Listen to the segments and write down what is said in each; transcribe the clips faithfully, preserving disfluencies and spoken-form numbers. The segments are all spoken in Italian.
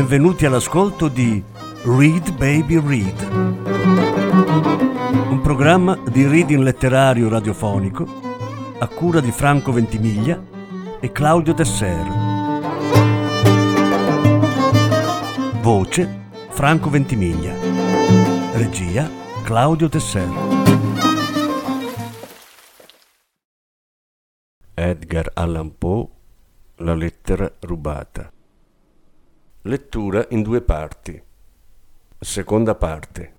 Benvenuti all'ascolto di Read Baby Read, un programma di reading letterario radiofonico a cura di Franco Ventimiglia e Claudio Tesser. Voce Franco Ventimiglia. Regia Claudio Tesser. Edgar Allan Poe, La lettera rubata. Lettura in due parti. Seconda parte.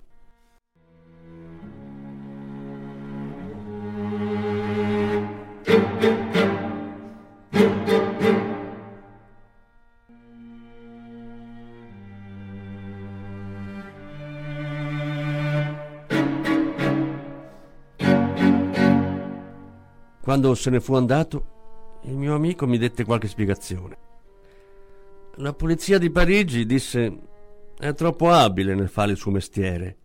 Quando se ne fu andato, il mio amico mi dette qualche spiegazione. La polizia di Parigi, disse, è troppo abile nel fare il suo mestiere.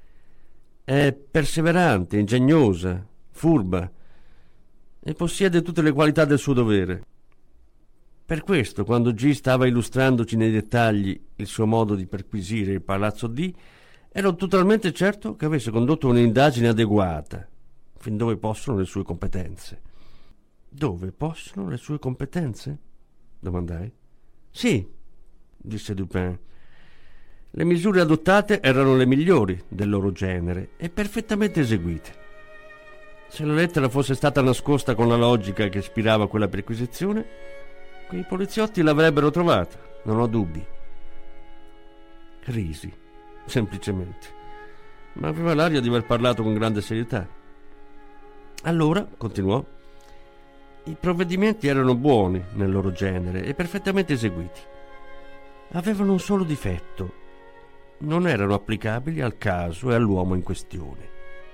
È perseverante, ingegnosa, furba e possiede tutte le qualità del suo dovere. Per questo, quando G stava illustrandoci nei dettagli il suo modo di perquisire il palazzo D, ero totalmente certo che avesse condotto un'indagine adeguata, fin dove possono le sue competenze. Dove possono le sue competenze? Domandai. Sì, disse Dupin. Le misure adottate erano le migliori del loro genere e perfettamente eseguite. Se la lettera fosse stata nascosta con la logica che ispirava quella perquisizione, quei poliziotti l'avrebbero trovata, non ho dubbi. Risi, semplicemente, ma aveva l'aria di aver parlato con grande serietà. Allora, continuò, i provvedimenti erano buoni nel loro genere e perfettamente eseguiti. Avevano un solo difetto: non erano applicabili al caso e all'uomo in questione.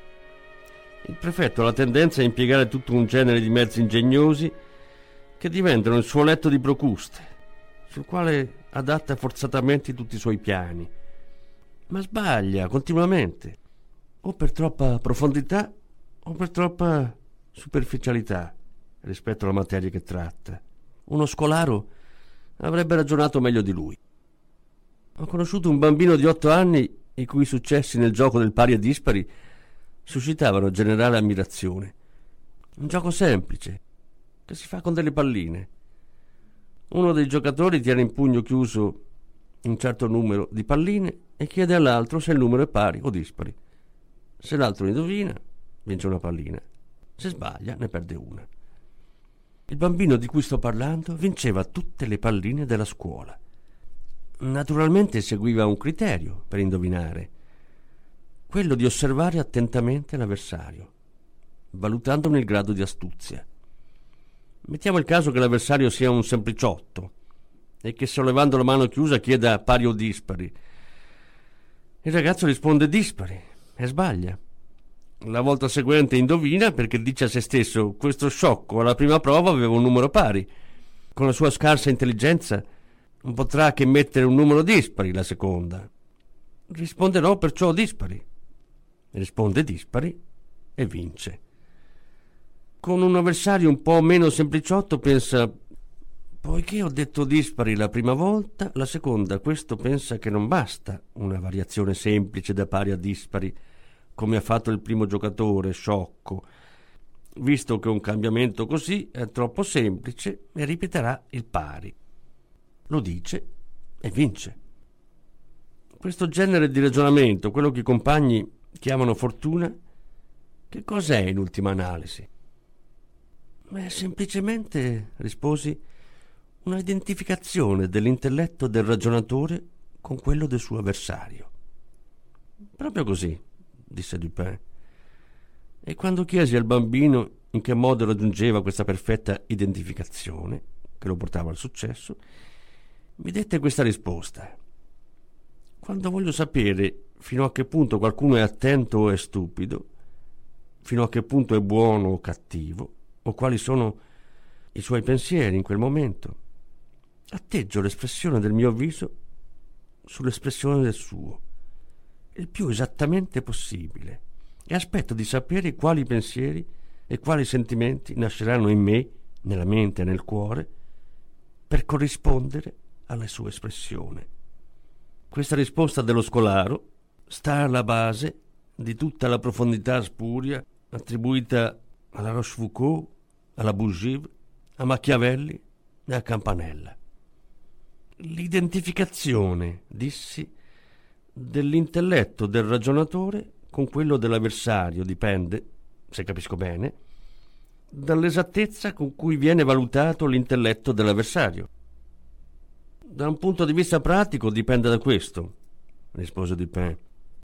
Il prefetto ha la tendenza a impiegare tutto un genere di mezzi ingegnosi che diventano il suo letto di Procuste, sul quale adatta forzatamente tutti i suoi piani. Ma sbaglia continuamente, o per troppa profondità o per troppa superficialità rispetto alla materia che tratta. Uno scolaro avrebbe ragionato meglio di lui. Ho conosciuto un bambino di otto anni i cui successi nel gioco del pari e dispari suscitavano generale ammirazione. Un gioco semplice che si fa con delle palline. Uno dei giocatori tiene in pugno chiuso un certo numero di palline e chiede all'altro se il numero è pari o dispari. Se l'altro indovina, vince una pallina. Se sbaglia, ne perde una. Il bambino di cui sto parlando vinceva tutte le palline della scuola. Naturalmente seguiva un criterio per indovinare, quello di osservare attentamente l'avversario, valutandone il grado di astuzia. Mettiamo il caso che l'avversario sia un sempliciotto e che, sollevando la mano chiusa, chieda pari o dispari. Il ragazzo risponde dispari e sbaglia. La volta seguente indovina perché dice a se stesso: questo sciocco alla prima prova aveva un numero pari. Con la sua scarsa intelligenza non potrà che mettere un numero dispari la seconda. Risponderò perciò dispari. Risponde dispari e vince. Con un avversario un po' meno sempliciotto pensa: poiché ho detto dispari la prima volta, la seconda questo pensa che non basta una variazione semplice da pari a dispari, come ha fatto il primo giocatore, sciocco, visto che un cambiamento così è troppo semplice, e ripeterà il pari. Lo dice e vince. Questo genere di ragionamento, quello che i compagni chiamano fortuna, che cos'è in ultima analisi? È semplicemente, risposi, una identificazione dell'intelletto del ragionatore con quello del suo avversario. Proprio così, disse Dupin. E quando chiesi al bambino in che modo raggiungeva questa perfetta identificazione che lo portava al successo, mi dette questa risposta: quando voglio sapere fino a che punto qualcuno è attento o è stupido, fino a che punto è buono o cattivo, o quali sono i suoi pensieri in quel momento, atteggio l'espressione del mio viso sull'espressione del suo, il più esattamente possibile, e aspetto di sapere quali pensieri e quali sentimenti nasceranno in me, nella mente e nel cuore, per corrispondere alla sua espressione. Questa risposta dello scolaro sta alla base di tutta la profondità spuria attribuita alla Rochefoucauld, alla Bougive, a Machiavelli e a Campanella. L'identificazione, dissi, dell'intelletto del ragionatore con quello dell'avversario dipende, se capisco bene, dall'esattezza con cui viene valutato l'intelletto dell'avversario. Da un punto di vista pratico dipende da questo, rispose Dupin.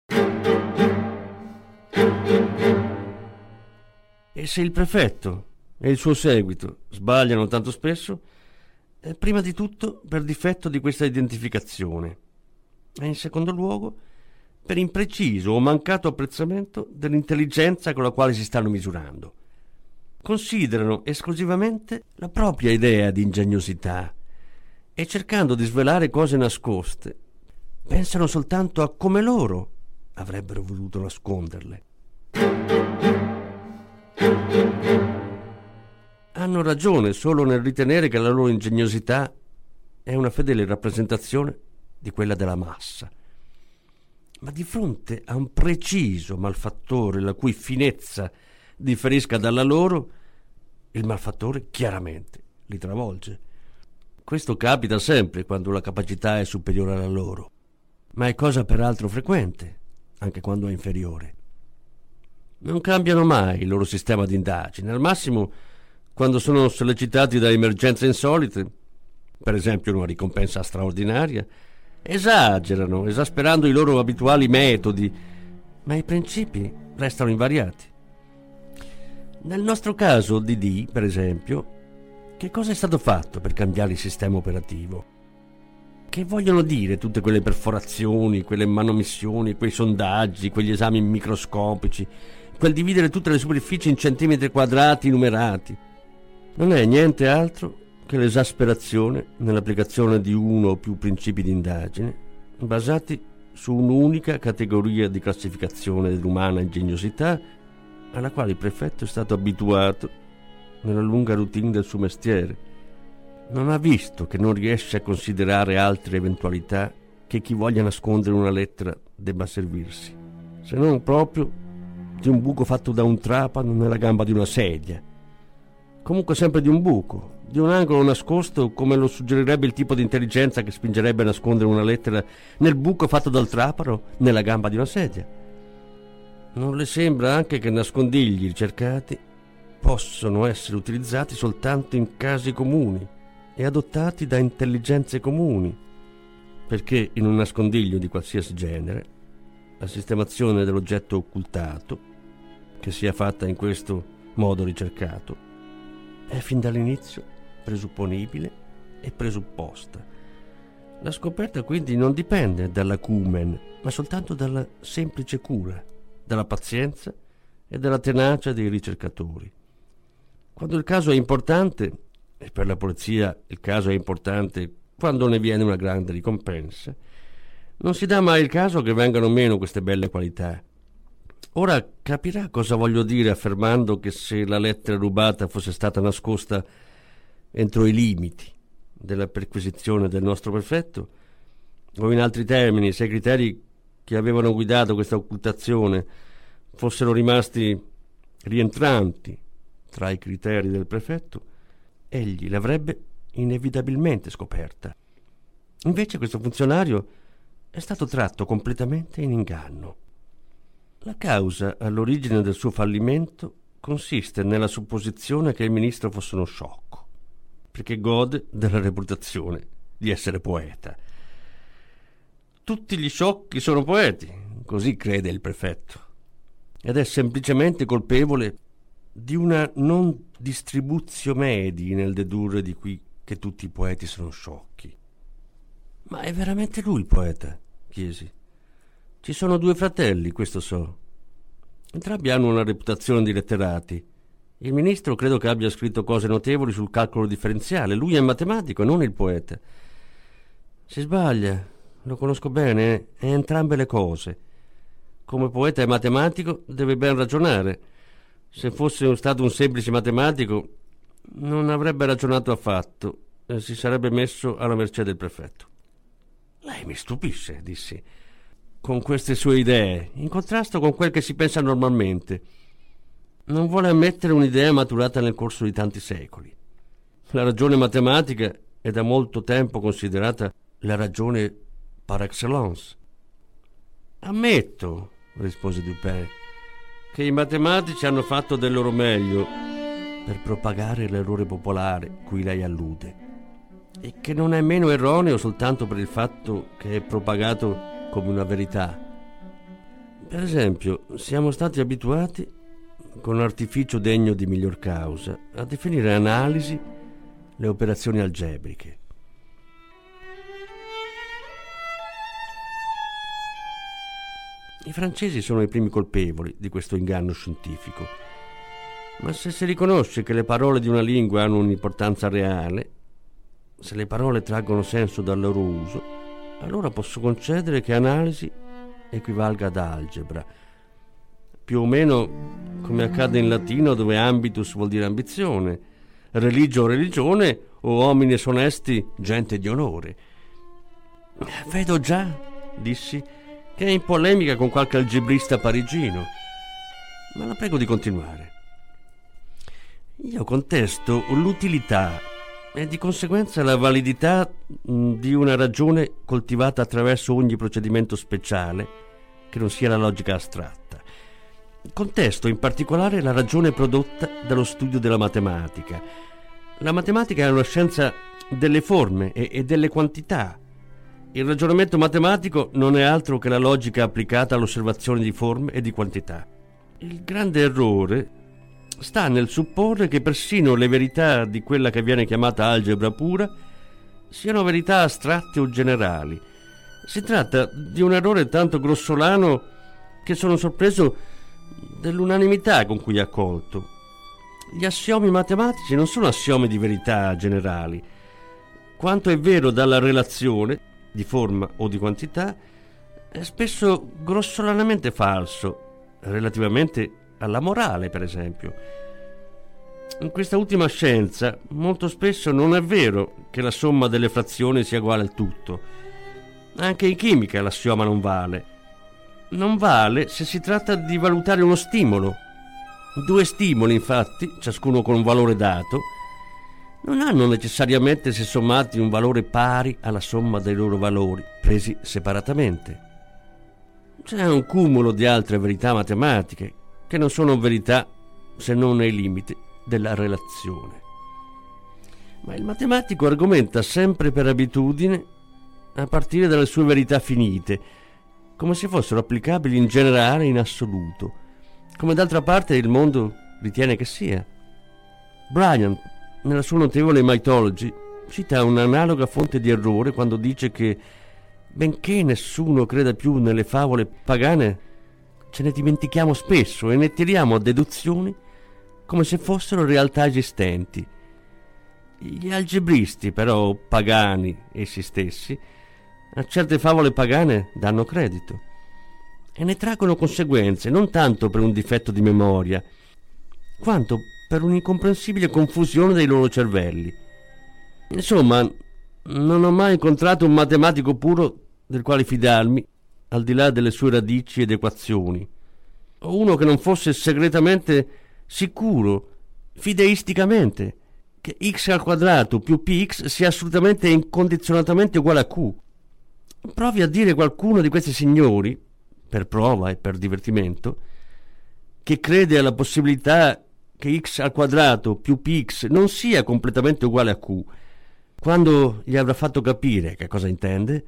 E se il prefetto e il suo seguito sbagliano tanto spesso, è prima di tutto per difetto di questa identificazione e in secondo luogo per impreciso o mancato apprezzamento dell'intelligenza con la quale si stanno misurando. Considerano esclusivamente la propria idea di ingegnosità e cercando di svelare cose nascoste, pensano soltanto a come loro avrebbero voluto nasconderle. Hanno ragione solo nel ritenere che la loro ingegnosità è una fedele rappresentazione di quella della massa. Ma di fronte a un preciso malfattore la cui finezza differisca dalla loro, il malfattore chiaramente li travolge. Questo capita sempre quando la capacità è superiore alla loro, ma è cosa peraltro frequente, anche quando è inferiore. Non cambiano mai il loro sistema di indagine, al massimo quando sono sollecitati da emergenze insolite, per esempio una ricompensa straordinaria, esagerano, esasperando i loro abituali metodi, ma i principi restano invariati. Nel nostro caso di D, per esempio, che cosa è stato fatto per cambiare il sistema operativo? Che vogliono dire tutte quelle perforazioni, quelle manomissioni, quei sondaggi, quegli esami microscopici, quel dividere tutte le superfici in centimetri quadrati numerati? Non è niente altro che l'esasperazione nell'applicazione di uno o più principi di indagine basati su un'unica categoria di classificazione dell'umana ingegnosità alla quale il prefetto è stato abituato nella lunga routine del suo mestiere. Non ha visto che non riesce a considerare altre eventualità che chi voglia nascondere una lettera debba servirsi, se non proprio di un buco fatto da un trapano nella gamba di una sedia. Comunque sempre di un buco, di un angolo nascosto, come lo suggerirebbe il tipo di intelligenza che spingerebbe a nascondere una lettera nel buco fatto dal trapano nella gamba di una sedia. Non le sembra anche che nascondigli ricercati possono essere utilizzati soltanto in casi comuni e adottati da intelligenze comuni, perché in un nascondiglio di qualsiasi genere la sistemazione dell'oggetto occultato, che sia fatta in questo modo ricercato, è fin dall'inizio presupponibile e presupposta. La scoperta quindi non dipende dall'acumen, ma soltanto dalla semplice cura, dalla pazienza e dalla tenacia dei ricercatori. Quando il caso è importante, e per la polizia il caso è importante quando ne viene una grande ricompensa, non si dà mai il caso che vengano meno queste belle qualità. Ora capirà cosa voglio dire affermando che se la lettera rubata fosse stata nascosta entro i limiti della perquisizione del nostro prefetto, o in altri termini, se i criteri che avevano guidato questa occultazione fossero rimasti rientranti tra i criteri del prefetto, egli l'avrebbe inevitabilmente scoperta. Invece questo funzionario è stato tratto completamente in inganno. La causa all'origine del suo fallimento consiste nella supposizione che il ministro fosse uno sciocco, perché gode della reputazione di essere poeta. Tutti gli sciocchi sono poeti, così crede il prefetto, ed è semplicemente colpevole di una non distribuzio medi nel dedurre di qui che tutti i poeti sono sciocchi. Ma è veramente lui il poeta? Chiesi. Ci sono due fratelli, questo so. Entrambi hanno una reputazione di letterati. Il ministro credo che abbia scritto cose notevoli sul calcolo differenziale. Lui è matematico, non il poeta. Si sbaglia, lo conosco bene, è entrambe le cose. Come poeta e matematico deve ben ragionare. Se fosse stato un semplice matematico non avrebbe ragionato affatto e si sarebbe messo alla mercé del prefetto. Lei mi stupisce, dissi, con queste sue idee, in contrasto con quel che si pensa normalmente. Non vuole ammettere un'idea maturata nel corso di tanti secoli. La ragione matematica è da molto tempo considerata la ragione par excellence. Ammetto, rispose Dupin, che i matematici hanno fatto del loro meglio per propagare l'errore popolare cui lei allude, e che non è meno erroneo soltanto per il fatto che è propagato come una verità. Per esempio, siamo stati abituati, con artificio degno di miglior causa, a definire analisi le operazioni algebriche. I francesi sono i primi colpevoli di questo inganno scientifico, ma se si riconosce che le parole di una lingua hanno un'importanza reale, se le parole traggono senso dal loro uso, allora posso concedere che analisi equivalga ad algebra, più o meno come accade in latino, dove ambitus vuol dire ambizione, religio religione o homines onesti gente di onore. Vedo già, dissi, che è in polemica con qualche algebrista parigino, ma la prego di continuare. Io contesto l'utilità e di conseguenza la validità di una ragione coltivata attraverso ogni procedimento speciale che non sia la logica astratta. Contesto in particolare la ragione prodotta dallo studio della matematica. La matematica è una scienza delle forme e, e delle quantità. Il ragionamento matematico non è altro che la logica applicata all'osservazione di forme e di quantità. Il grande errore sta nel supporre che persino le verità di quella che viene chiamata algebra pura siano verità astratte o generali. Si tratta di un errore tanto grossolano che sono sorpreso dell'unanimità con cui è accolto. Gli assiomi matematici non sono assiomi di verità generali. Quanto è vero dalla relazione di forma o di quantità è spesso grossolanamente falso relativamente alla morale, per esempio. In questa ultima scienza molto spesso non è vero che la somma delle frazioni sia uguale al tutto. Anche in chimica l'assioma non vale. Non vale se si tratta di valutare uno stimolo. Due stimoli, infatti, ciascuno con un valore dato, non hanno necessariamente, se sommati, un valore pari alla somma dei loro valori, presi separatamente. C'è un cumulo di altre verità matematiche che non sono verità se non nei limiti della relazione. Ma il matematico argomenta sempre per abitudine a partire dalle sue verità finite, come se fossero applicabili in generale e in assoluto, come d'altra parte il mondo ritiene che sia. Bryant, nella sua notevole Mythology, cita un'analoga fonte di errore quando dice che, benché nessuno creda più nelle favole pagane, ce ne dimentichiamo spesso e ne tiriamo a deduzioni come se fossero realtà esistenti. Gli algebristi, però, pagani essi stessi, a certe favole pagane danno credito e ne traggono conseguenze non tanto per un difetto di memoria, quanto per un'incomprensibile confusione dei loro cervelli. Insomma, non ho mai incontrato un matematico puro del quale fidarmi, al di là delle sue radici ed equazioni, o uno che non fosse segretamente sicuro, fideisticamente, che x al quadrato più px sia assolutamente e incondizionatamente uguale a q. Provi a dire qualcuno di questi signori, per prova e per divertimento, che crede alla possibilità che x al quadrato più px non sia completamente uguale a q. Quando gli avrà fatto capire che cosa intende,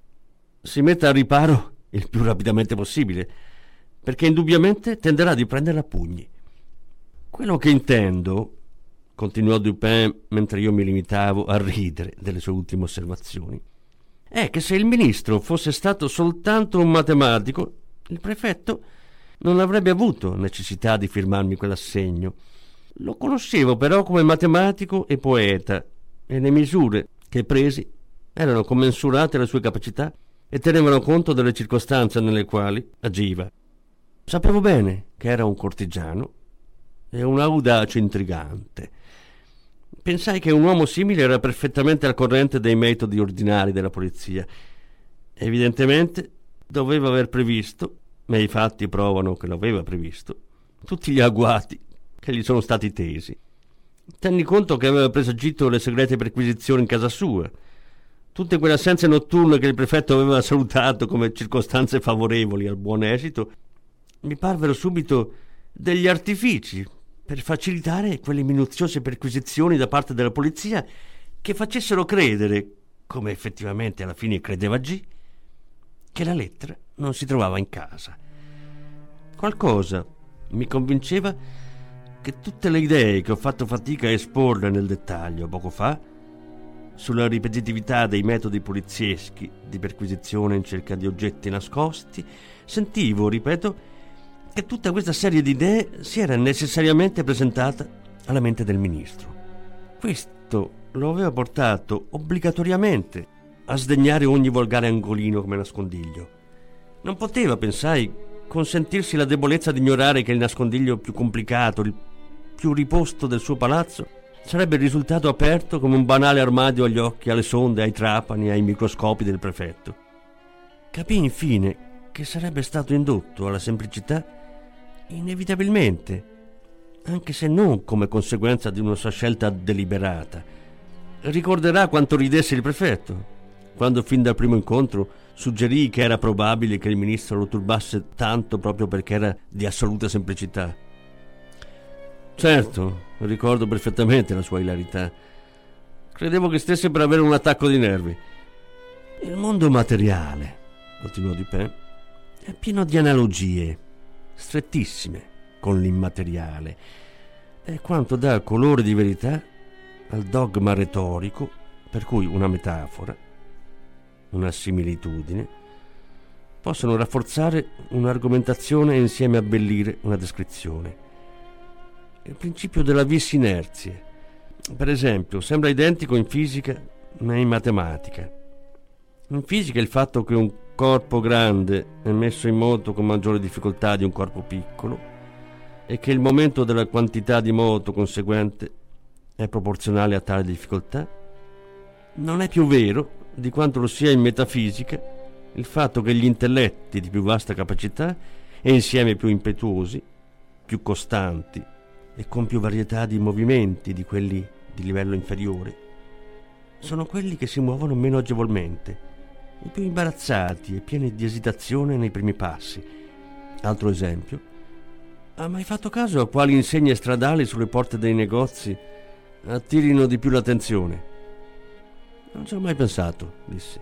si metta a riparo il più rapidamente possibile, perché indubbiamente tenderà di prenderla a pugni. Quello che intendo, continuò Dupin mentre io mi limitavo a ridere delle sue ultime osservazioni, è che se il ministro fosse stato soltanto un matematico, il prefetto non avrebbe avuto necessità di firmarmi quell'assegno. Lo conoscevo però come matematico e poeta, e le misure che presi erano commensurate alle sue capacità e tenevano conto delle circostanze nelle quali agiva. Sapevo bene che era un cortigiano e un audace intrigante. Pensai che un uomo simile era perfettamente al corrente dei metodi ordinari della polizia Evidentemente doveva aver previsto, ma i fatti provano che lo aveva previsto, tutti gli agguati che gli sono stati tesi. Tenni conto che aveva presagito le segrete perquisizioni in casa sua, tutte quelle assenze notturne che il prefetto aveva salutato come circostanze favorevoli al buon esito, mi parvero subito degli artifici per facilitare quelle minuziose perquisizioni da parte della polizia che facessero credere, come effettivamente alla fine credeva G, che la lettera non si trovava in casa. Qualcosa mi convinceva che tutte le idee che ho fatto fatica a esporre nel dettaglio poco fa, sulla ripetitività dei metodi polizieschi di perquisizione in cerca di oggetti nascosti, sentivo, ripeto, che tutta questa serie di idee si era necessariamente presentata alla mente del ministro. Questo lo aveva portato obbligatoriamente a sdegnare ogni volgare angolino come nascondiglio. Non poteva, pensai, consentirsi la debolezza di ignorare che il nascondiglio più complicato, il più riposto del suo palazzo, sarebbe risultato aperto come un banale armadio agli occhi, alle sonde, ai trapani, ai microscopi del prefetto. Capì infine che sarebbe stato indotto alla semplicità inevitabilmente, anche se non come conseguenza di una sua scelta deliberata. Ricorderà quanto ridesse il prefetto quando fin dal primo incontro suggerì che era probabile che il ministro lo turbasse tanto proprio perché era di assoluta semplicità. Certo, ricordo perfettamente la sua ilarità. Credevo che stesse per avere un attacco di nervi. Il mondo materiale, continuò Dupin, è pieno di analogie strettissime con l'immateriale, è quanto dà colore di verità al dogma retorico per cui una metafora, una similitudine possono rafforzare un'argomentazione e insieme abbellire una descrizione. Il principio della vis inertiae, per esempio, sembra identico in fisica ma in matematica. In fisica il fatto che un corpo grande è messo in moto con maggiore difficoltà di un corpo piccolo e che il momento della quantità di moto conseguente è proporzionale a tale difficoltà, non è più vero di quanto lo sia in metafisica il fatto che gli intelletti di più vasta capacità e insieme più impetuosi, più costanti e con più varietà di movimenti di quelli di livello inferiore, sono quelli che si muovono meno agevolmente, i più imbarazzati e pieni di esitazione nei primi passi. Altro esempio: ha mai fatto caso a quali insegne stradali sulle porte dei negozi attirino di più l'attenzione? Non ci ho mai pensato, dissi.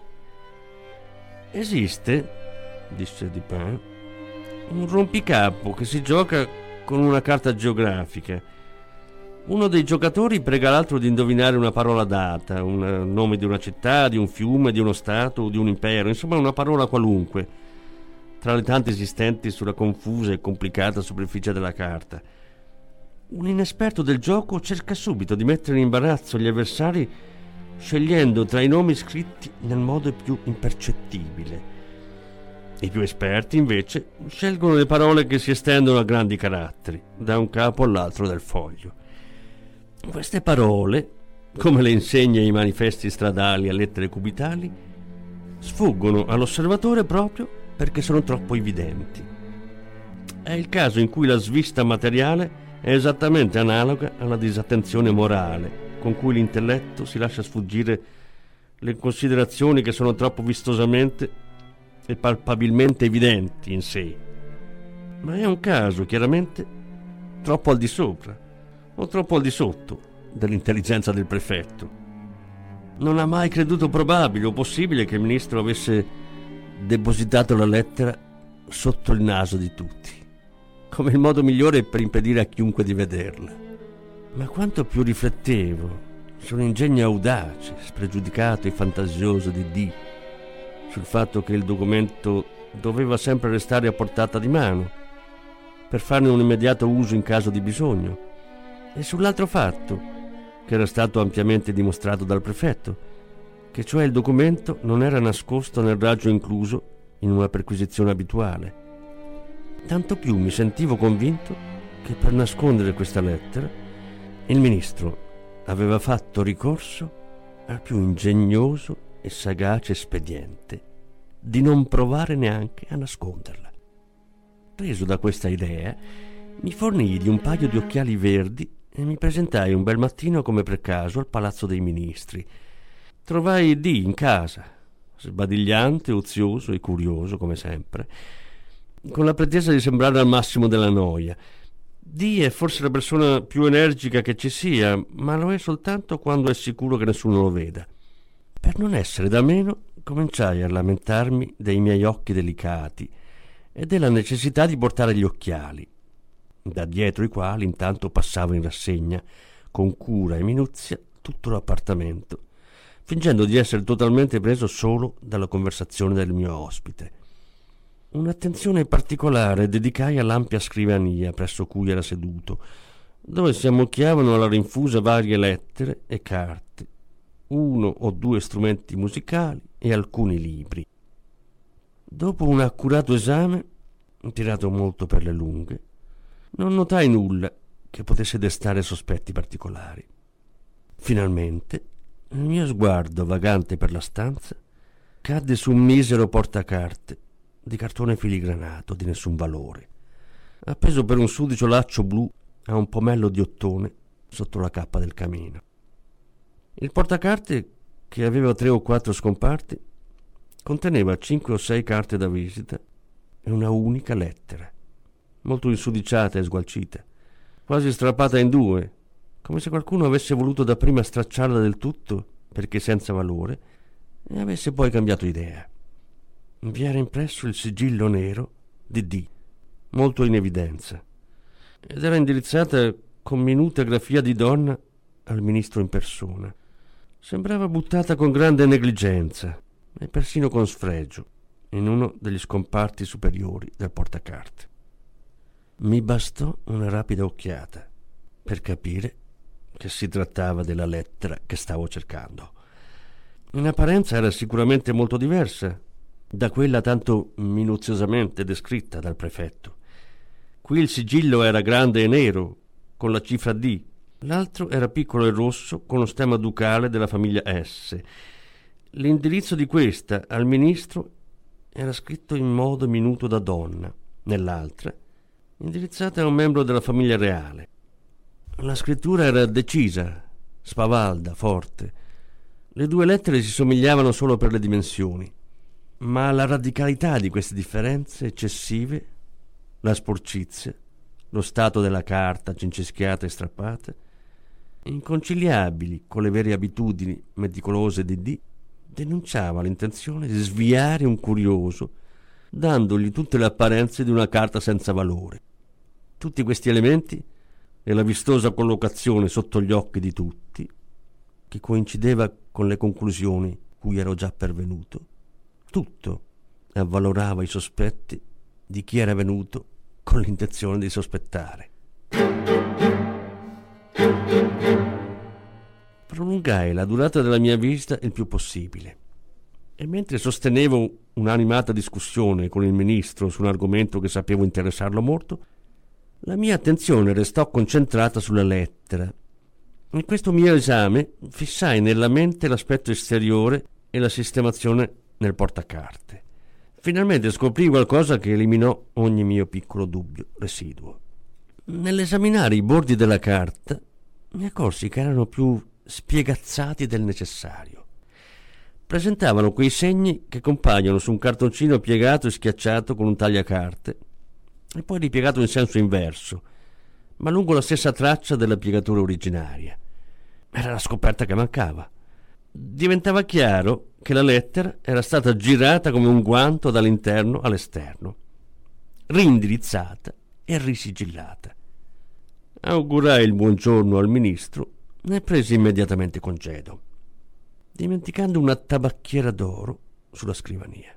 Esiste, disse Dupin, un rompicapo che si gioca con una carta geografica. Uno dei giocatori prega l'altro di indovinare una parola data, un nome di una città, di un fiume, di uno stato, di un impero, insomma una parola qualunque, tra le tante esistenti sulla confusa e complicata superficie della carta. Un inesperto del gioco cerca subito di mettere in imbarazzo gli avversari scegliendo tra i nomi scritti nel modo più impercettibile. I più esperti, invece, scelgono le parole che si estendono a grandi caratteri, da un capo all'altro del foglio. Queste parole, come le insegne e i manifesti stradali a lettere cubitali, sfuggono all'osservatore proprio perché sono troppo evidenti. È il caso in cui la svista materiale è esattamente analoga alla disattenzione morale con cui l'intelletto si lascia sfuggire le considerazioni che sono troppo vistosamente e palpabilmente evidenti in sé. Ma è un caso, chiaramente, troppo al di sopra o troppo al di sotto dell'intelligenza del prefetto. Non ha mai creduto probabile o possibile che il ministro avesse depositato la lettera sotto il naso di tutti, come il modo migliore per impedire a chiunque di vederla. Ma quanto più riflettevo sull'ingegno audace, spregiudicato e fantasioso di D, sul fatto che il documento doveva sempre restare a portata di mano per farne un immediato uso in caso di bisogno, e sull'altro fatto, che era stato ampiamente dimostrato dal prefetto, che cioè il documento non era nascosto nel raggio incluso in una perquisizione abituale. Tanto più mi sentivo convinto che per nascondere questa lettera il ministro aveva fatto ricorso al più ingegnoso e sagace espediente di non provare neanche a nasconderla. Preso da questa idea, mi fornii di un paio di occhiali verdi e mi presentai un bel mattino come per caso al Palazzo dei Ministri. Trovai Dee in casa, sbadigliante, ozioso e curioso come sempre, con la pretesa di sembrare al massimo della noia. Dee è forse la persona più energica che ci sia, ma lo è soltanto quando è sicuro che nessuno lo veda. Per non essere da meno, cominciai a lamentarmi dei miei occhi delicati e della necessità di portare gli occhiali, da dietro i quali intanto passavo in rassegna, con cura e minuzia, tutto l'appartamento, fingendo di essere totalmente preso solo dalla conversazione del mio ospite. Un'attenzione particolare dedicai all'ampia scrivania presso cui era seduto, dove si ammucchiavano alla rinfusa varie lettere e carte, uno o due strumenti musicali e alcuni libri. Dopo un accurato esame, tirato molto per le lunghe, non notai nulla che potesse destare sospetti particolari. Finalmente, il mio sguardo vagante per la stanza cadde su un misero portacarte di cartone filigranato di nessun valore, appeso per un sudicio laccio blu a un pomello di ottone sotto la cappa del camino. Il portacarte, che aveva tre o quattro scomparti, conteneva cinque o sei carte da visita e una unica lettera, molto insudiciata e sgualcita, quasi strappata in due, come se qualcuno avesse voluto dapprima stracciarla del tutto perché senza valore e avesse poi cambiato idea. Vi era impresso il sigillo nero di Dee, molto in evidenza, ed era indirizzata con minuta grafia di donna al ministro in persona. Sembrava buttata con grande negligenza e persino con sfregio in uno degli scomparti superiori del portacarte. Mi bastò una rapida occhiata per capire che si trattava della lettera che stavo cercando. In apparenza era sicuramente molto diversa da quella tanto minuziosamente descritta dal prefetto. Qui il sigillo era grande e nero, con la cifra D. L'altro era piccolo e rosso, con lo stemma ducale della famiglia S. L'indirizzo di questa al ministro era scritto in modo minuto da donna, nell'altra indirizzata a un membro della famiglia reale. La scrittura era decisa, spavalda, forte. Le due lettere si somigliavano solo per le dimensioni, ma la radicalità di queste differenze eccessive, la sporcizia, lo stato della carta cincischiata e strappata, inconciliabili con le vere abitudini meticolose di Dee, denunciava l'intenzione di sviare un curioso, dandogli tutte le apparenze di una carta senza valore. Tutti questi elementi e la vistosa collocazione sotto gli occhi di tutti, che coincideva con le conclusioni cui ero già pervenuto, tutto avvalorava i sospetti di chi era venuto con l'intenzione di sospettare. Prolungai la durata della mia visita il più possibile e mentre sostenevo un'animata discussione con il ministro su un argomento che sapevo interessarlo molto, la mia attenzione restò concentrata sulla lettera. In questo mio esame fissai nella mente l'aspetto esteriore e la sistemazione nel portacarte. Finalmente scoprì qualcosa che eliminò ogni mio piccolo dubbio residuo. Nell'esaminare i bordi della carta mi accorsi che erano più spiegazzati del necessario. Presentavano quei segni che compaiono su un cartoncino piegato e schiacciato con un tagliacarte e poi ripiegato in senso inverso, ma lungo la stessa traccia della piegatura originaria. Era la scoperta che mancava. Diventava chiaro che la lettera era stata girata come un guanto dall'interno all'esterno, rindirizzata e risigillata. Augurai il buongiorno al ministro e presi immediatamente congedo, dimenticando una tabacchiera d'oro sulla scrivania.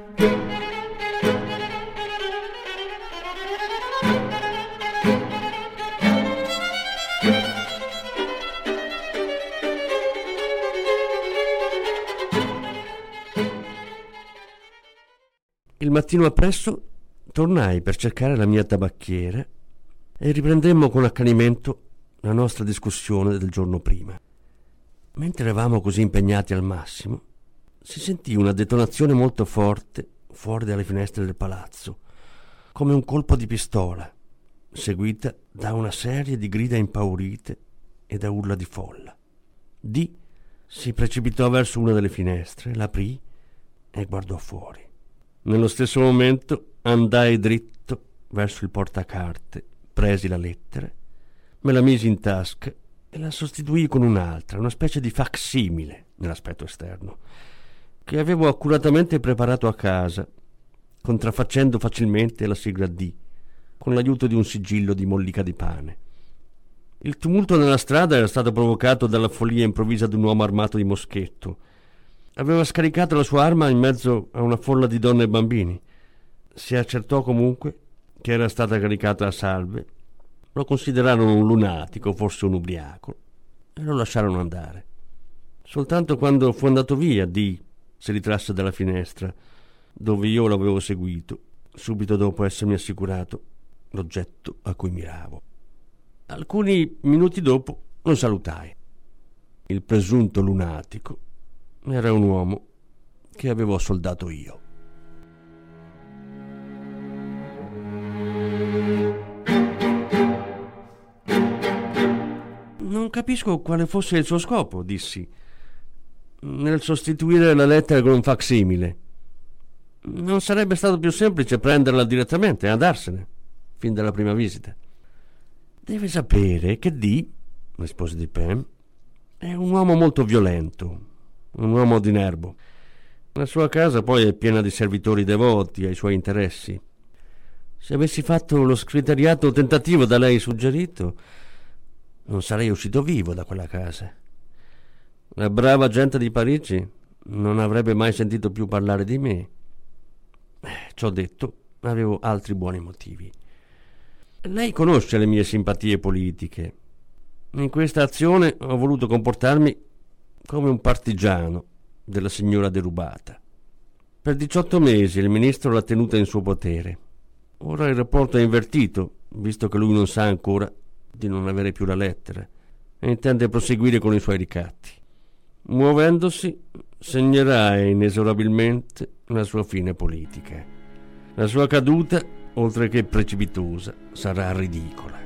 Il mattino appresso tornai per cercare la mia tabacchiera e riprendemmo con accanimento la nostra discussione del giorno prima. Mentre eravamo così impegnati al massimo, si sentì una detonazione molto forte fuori dalle finestre del palazzo, come un colpo di pistola, seguita da una serie di grida impaurite e da urla di folla. Dee si precipitò verso una delle finestre, l'aprì e guardò fuori. Nello stesso momento andai dritto verso il portacarte, presi la lettera, me la misi in tasca e la sostituii con un'altra, una specie di facsimile nell'aspetto esterno, che avevo accuratamente preparato a casa, contraffacendo facilmente la sigla D, con l'aiuto di un sigillo di mollica di pane. Il tumulto nella strada era stato provocato dalla follia improvvisa di un uomo armato di moschetto. Aveva scaricato la sua arma in mezzo a una folla di donne e bambini. Si accertò comunque che era stata caricata a salve. Lo considerarono un lunatico, forse un ubriaco, e lo lasciarono andare. Soltanto quando fu andato via, Dee si ritrasse dalla finestra, dove io l'avevo seguito, subito dopo essermi assicurato l'oggetto a cui miravo. Alcuni minuti dopo lo salutai. Il presunto lunatico era un uomo che avevo soldato io. Non capisco quale fosse il suo scopo, dissi, nel sostituire la lettera con un facsimile. Non sarebbe stato più semplice prenderla direttamente e andarsene, fin dalla prima visita? Deve sapere che Dee, rispose Dupin, è un uomo molto violento, un uomo di nervo. La sua casa poi è piena di servitori devoti ai suoi interessi. Se avessi fatto lo scriteriato tentativo da lei suggerito, non sarei uscito vivo da quella casa. La brava gente di Parigi non avrebbe mai sentito più parlare di me. Ciò detto, avevo altri buoni motivi. Lei conosce le mie simpatie politiche. In questa azione ho voluto comportarmi come un partigiano della signora derubata. Per diciotto mesi il ministro l'ha tenuta in suo potere. Ora il rapporto è invertito, visto che lui non sa ancora di non avere più la lettera e intende proseguire con i suoi ricatti. Muovendosi, segnerà inesorabilmente la sua fine politica. La sua caduta, oltre che precipitosa, sarà ridicola.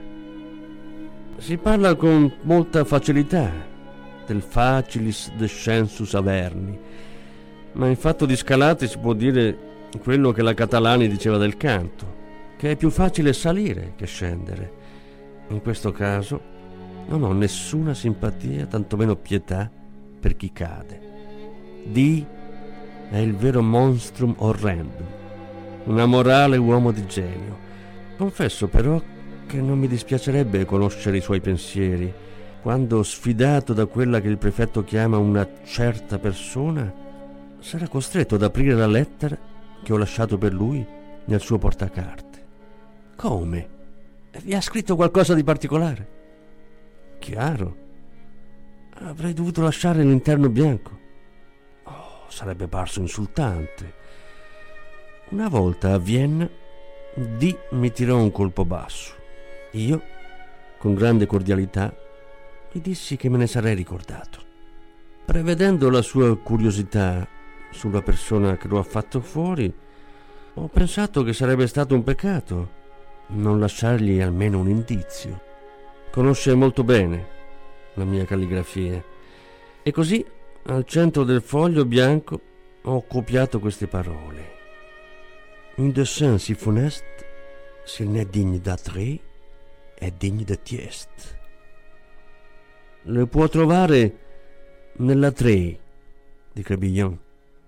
Si parla con molta facilità del facilis descensus Averni, ma in fatto di scalate si può dire quello che la Catalani diceva del canto, che è più facile salire che scendere. In questo caso non ho nessuna simpatia, tantomeno pietà, per chi cade. Dee è il vero monstrum horrendum, un amorale uomo di genio. Confesso però che non mi dispiacerebbe conoscere i suoi pensieri quando, sfidato da quella che il prefetto chiama una certa persona, sarà costretto ad aprire la lettera che ho lasciato per lui nel suo portacarte. Come? Vi ha scritto qualcosa di particolare? Chiaro. Avrei dovuto lasciare l'interno bianco. Oh, sarebbe parso insultante. Una volta a Vienna, Dee mi tirò un colpo basso. Io, con grande cordialità, gli dissi che me ne sarei ricordato. Prevedendo la sua curiosità sulla persona che lo ha fatto fuori, ho pensato che sarebbe stato un peccato non lasciargli almeno un indizio. Conosce molto bene la mia calligrafia e così al centro del foglio bianco ho copiato queste parole: un dessin si funeste, s'il n'est digne d'Atrée, è digne de Tieste. Le può trovare nella Trée di Crébillon.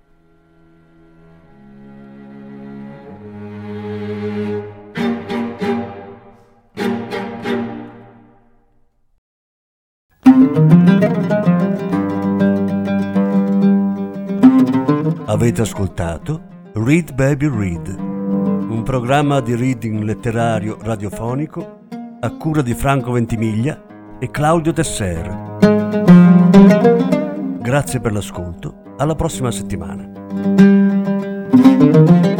Avete ascoltato Read Baby Read, un programma di reading letterario radiofonico a cura di Franco Ventimiglia e Claudio Tesser. Grazie per l'ascolto, alla prossima settimana.